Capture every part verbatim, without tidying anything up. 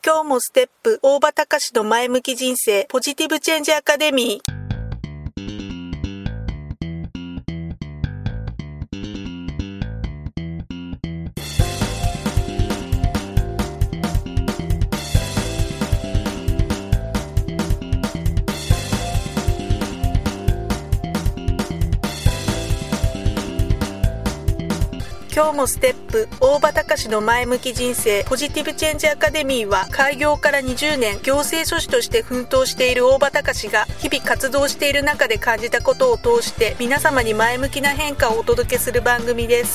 今日もステップ大場隆の前向き人生ポジティブチェンジアカデミー。今日もステップ大場隆の前向き人生ポジティブチェンジアカデミーは、開業からにじゅうねん行政書士として奮闘している大場隆が日々活動している中で感じたことを通して皆様に前向きな変化をお届けする番組です。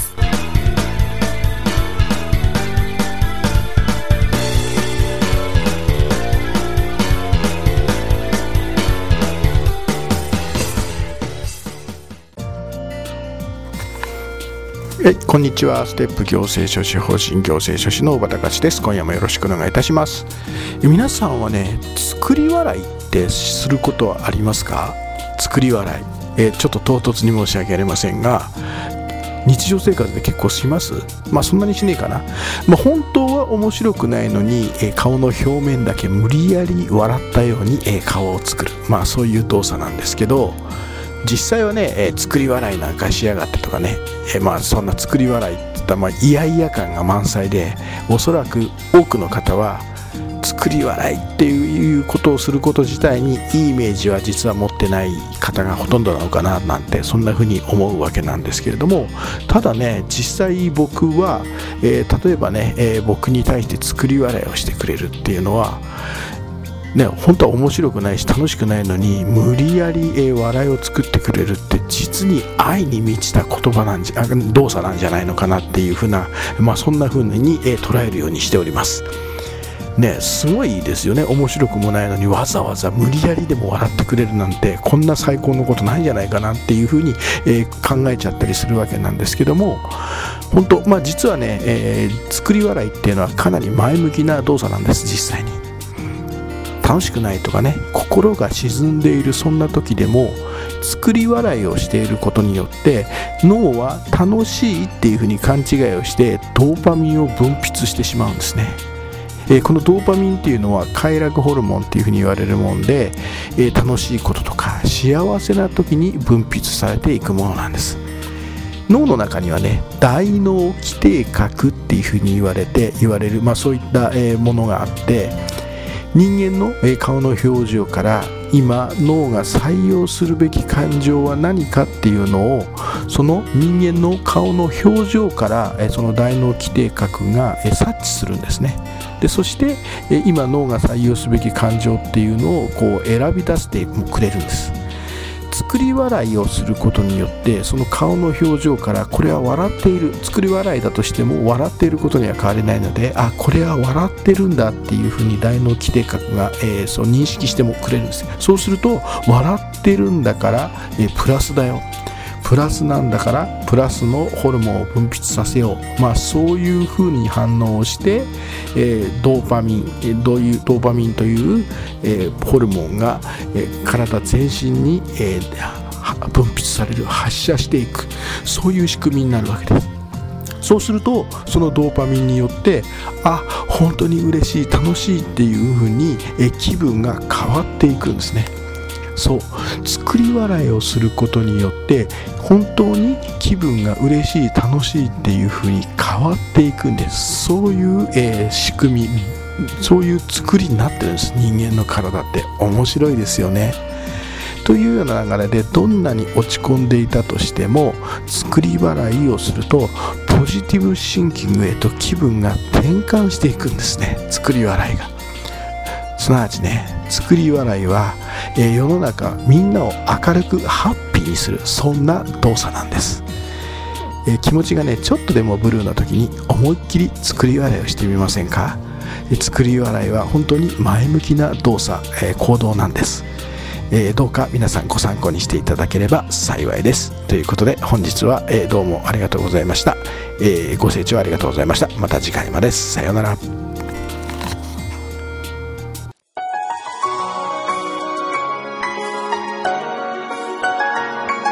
はい、こんにちは。ステップ行政書士法人行政書士の大場隆です。今夜もよろしくお願いいたします。え皆さんはね、作り笑いってすることはありますか？作り笑い、えちょっと唐突に申し訳ありませんが、日常生活で結構します？まあそんなにしねえかな。まあ、本当は面白くないのに、え顔の表面だけ無理やり笑ったように、え顔を作る、まあそういう動作なんですけど、実際はね、えー、作り笑いなんかしやがってとかね、えー、まあそんな作り笑いって言ったら、まあ、いやいや感が満載で、おそらく多くの方は作り笑いっていうことをすること自体にいいイメージは実は持ってない方がほとんどなのかななんて、そんなふうに思うわけなんですけれども、ただね、実際僕は、えー、例えばね、えー、僕に対して作り笑いをしてくれるっていうのはね、本当は面白くないし楽しくないのに無理やり、えー、笑いを作ってくれるって、実に愛に満ちた言葉なんじゃ動作なんじゃないのかなっていうふうな、まあそんなふうに、えー、捉えるようにしておりますね。すごいですよね。面白くもないのにわざわざ無理やりでも笑ってくれるなんて、こんな最高のことないんじゃないかなっていうふうに、えー、考えちゃったりするわけなんですけども、本当、まあ実はね、えー、作り笑いっていうのはかなり前向きな動作なんです。実際に楽しくないとかね、心が沈んでいるそんな時でも作り笑いをしていることによって脳は楽しいっていうふうに勘違いをしてドーパミンを分泌してしまうんですね。えー、このドーパミンっていうのは快楽ホルモンっていうふうに言われるもんで、えー、楽しいこととか幸せな時に分泌されていくものなんです。脳の中にはね、大脳基底核っていうふうに言われて言われる、まあ、そういった、えー、ものがあって、人間の顔の表情から今脳が採用するべき感情は何かっていうのを、その人間の顔の表情からその大脳基底核が察知するんですね。でそして今脳が採用すべき感情っていうのをこう選び出してくれるんです。作り笑いをすることによって、その顔の表情からこれは笑っている、作り笑いだとしても笑っていることには変わりないので、あ、これは笑ってるんだっていうふうに大脳基底核が、えー、そう認識してもくれるんです。そうすると、笑ってるんだから、えー、プラスだよ、プラスなんだからプラスのホルモンを分泌させよう、まあ、そういうふうに反応をして、えー、ドーパミン、えー、どういうドーパミンという、えー、ホルモンが、えー、体全身に、えー、分泌される、発射していく、そういう仕組みになるわけです。そうすると、そのドーパミンによって、あ、本当に嬉しい、楽しいっていうふうに、えー、気分が変わっていくんですね。そう、作り笑いをすることによって本当に気分が嬉しい、楽しいっていう風に変わっていくんです。そういう、えー、仕組み、そういう作りになってるんです。人間の体って面白いですよね。というような流れで、どんなに落ち込んでいたとしても作り笑いをするとポジティブシンキングへと気分が転換していくんですね。作り笑いが、すなわちね、作り笑いは、えー、世の中みんなを明るくハッピーにする、そんな動作なんです。えー、気持ちがねちょっとでもブルーな時に思いっきり作り笑いをしてみませんか？えー、作り笑いは本当に前向きな動作、えー、行動なんです。えー、どうか皆さんご参考にしていただければ幸いです。ということで本日は、えー、どうもありがとうございました。えー、ご清聴ありがとうございました。また次回まで。さようなら。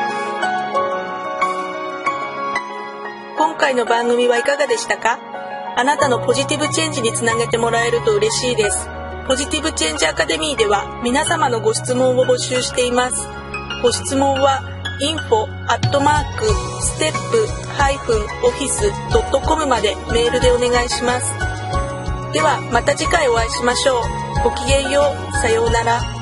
今回の番組はいかがでしたか？ あなたのポジティブチェンジにつなげてもらえると嬉しいです。ポジティブチェンジアカデミーでは皆様のご質問を募集しています。ご質問は インフォ アットマーク ステップ ハイフン オフィス ドット コム までメールでお願いします。ではまた次回お会いしましょう。ごきげんよう。さようなら。